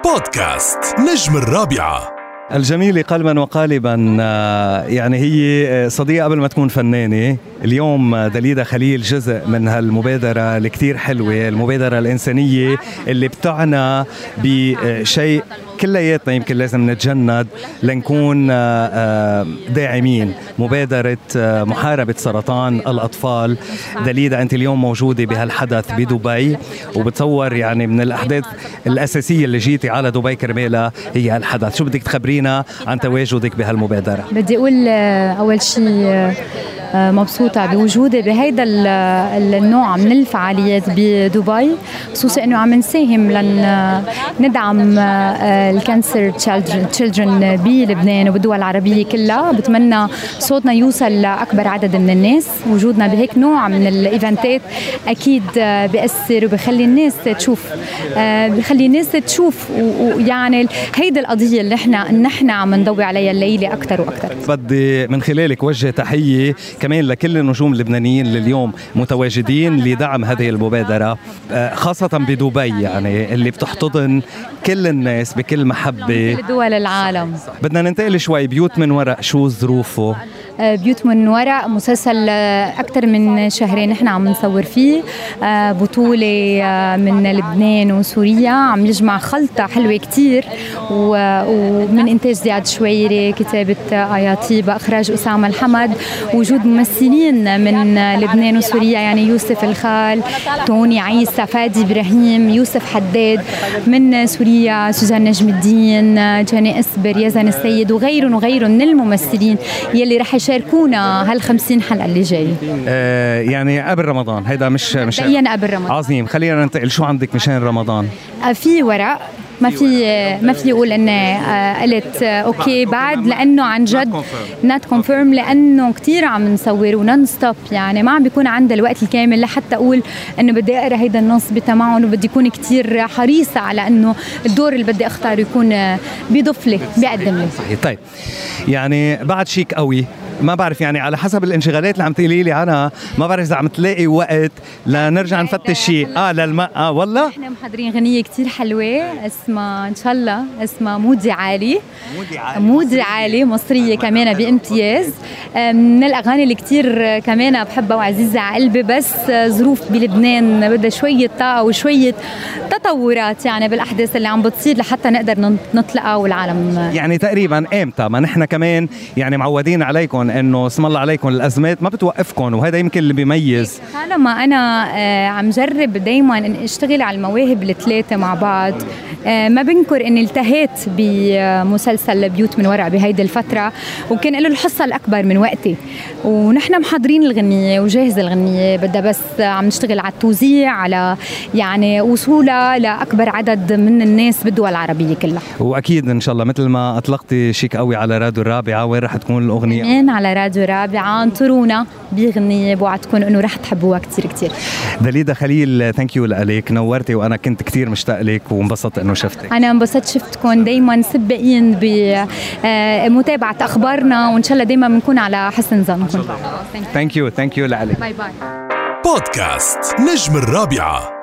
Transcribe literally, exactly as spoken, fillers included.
بودكاست نجم الرابعة. الجميلة قلبا وقالبا، يعني هي صديقة قبل ما تكون فنانة. اليوم داليدا خليل جزء من هالمبادرة الكتير حلوة، المبادرة الإنسانية اللي بتعنى بشيء كلياتنا يمكن لازم نتجند لنكون داعمين، مبادرة محاربة سرطان الأطفال. داليدا أنت اليوم موجودة بهالحدث بدبي، وبتصور يعني من الأحداث الأساسية اللي جيتي على دبي كرمالها هي هالحدث. شو بدك تخبرينا عن تواجدك بهالمبادرة؟ بدي أقول أول شيء مبسوطة بوجودي بهيدا النوع من الفعاليات بدبي، خصوصا أنه عم نساهم لن ندعم الكانسر تشيلدرن بلبنان وبالدول العربية كلها. بتمنى صوتنا يوصل لأكبر عدد من الناس. وجودنا بهيك نوع من الإيفنتات أكيد بيأثر وبيخلي الناس تشوف بيخلي الناس تشوف ويعني هيدا القضية اللي احنا نحن عم نضوي عليها الليلة أكتر وأكتر. بدي من خلالك وجه تحية كمان لكل النجوم اللبنانيين اللي اليوم متواجدين لدعم هذه المبادرة، خاصة بدبي يعني اللي بتحتضن كل الناس بكل محبة، كل دول العالم. بدنا ننتقل شوي. بيوت من ورق، شو ظروفه؟ بيوت من ورق مسلسل أكتر من شهرين نحن عم نصور فيه، بطولة من لبنان وسوريا، عم يجمع خلطة حلوة كتير، ومن إنتاج زياد شويري، كتابة آياتيبة، إخراج أسامة الحمد، وجود ممثلين من لبنان وسوريا يعني يوسف الخال، توني عيسى، فادي إبراهيم، يوسف حداد. من سوريا سوزان نجم الدين، جاني أسبر، يزن السيد، وغيرهم وغيرهم من الممثلين يلي رح يشاركونا هالخمسين حلقة اللي جاي. آه يعني قبل رمضان، هيدا مش مش قبل رمضان. عظيم. خلينا ننتقل، شو عندك مشان رمضان؟ آه في ورق، ما في ما في اقول اني قلت اوكي بعد، لانه عن جد نات كونفيرم، لانه كتير عم نصور ونون ستوب، يعني ما عم بيكون عندي الوقت الكامل لحتى اقول انه بدي اقرا هيدا النص بتمعن، وبدي يكون كتير حريصه على انه الدور اللي بدي اختاره يكون بيضيف لي بيقدم لي. صحيح. طيب يعني بعد شيك قوي، ما بعرف يعني على حسب الانشغالات اللي عم تقولي لي عنها، ما بعرف اذا عم تلاقي وقت لنرجع نفتش شيء اه للماء. اه والله احنا محضرين غنيه كتير حلوه اسمها ان شاء الله اسمها مودي عالي. مودي عالي, مودي عالي مصريه كمان بامتياز، من الاغاني اللي كتير كمان بحبها وعزيزه على قلبي، بس ظروف بلبنان بدها شويه طاقه وشويه تطورات يعني بالاحداث اللي عم بتصير لحتى نقدر نطلقها والعالم. يعني تقريبا امتى؟ ما نحن كمان يعني معودين عليكم انه اسم الله عليكم الازمات ما بتوقفكم، وهذا يمكن اللي بيميز. طالما انا آه عم جرب دايما ان اشتغل على المواهب الثلاثه مع بعض، آه ما بنكر اني التهيت بمسلسل بيوت من ورق بهيدي الفتره، وكان له الحصه الاكبر من وقتي، ونحن محضرين الغنيه وجاهزه الغنيه، بدها بس عم نشتغل على التوزيع، على يعني وصولها لاكبر عدد من الناس بالدول العربيه كلها. واكيد ان شاء الله مثل ما اطلقتي شيك قوي على راديو الرابعه، وين رح تكون الاغنيه؟ على راديو رابعة. انطرونا بغنية بوعدكم انه رح تحبوها كتير كتير. داليدا خليل، ثانك يو لك، نورتي، وانا كنت كتير مشتاق لك وانبسطت انه شفتك. انا انبسطت شفتكم، دايما سبقين بمتابعة اخبارنا، وان شاء الله دايما بنكون على حسن ظنكم. ثانك يو ثانك يو لك. باي باي. بودكاست نجم الرابعة.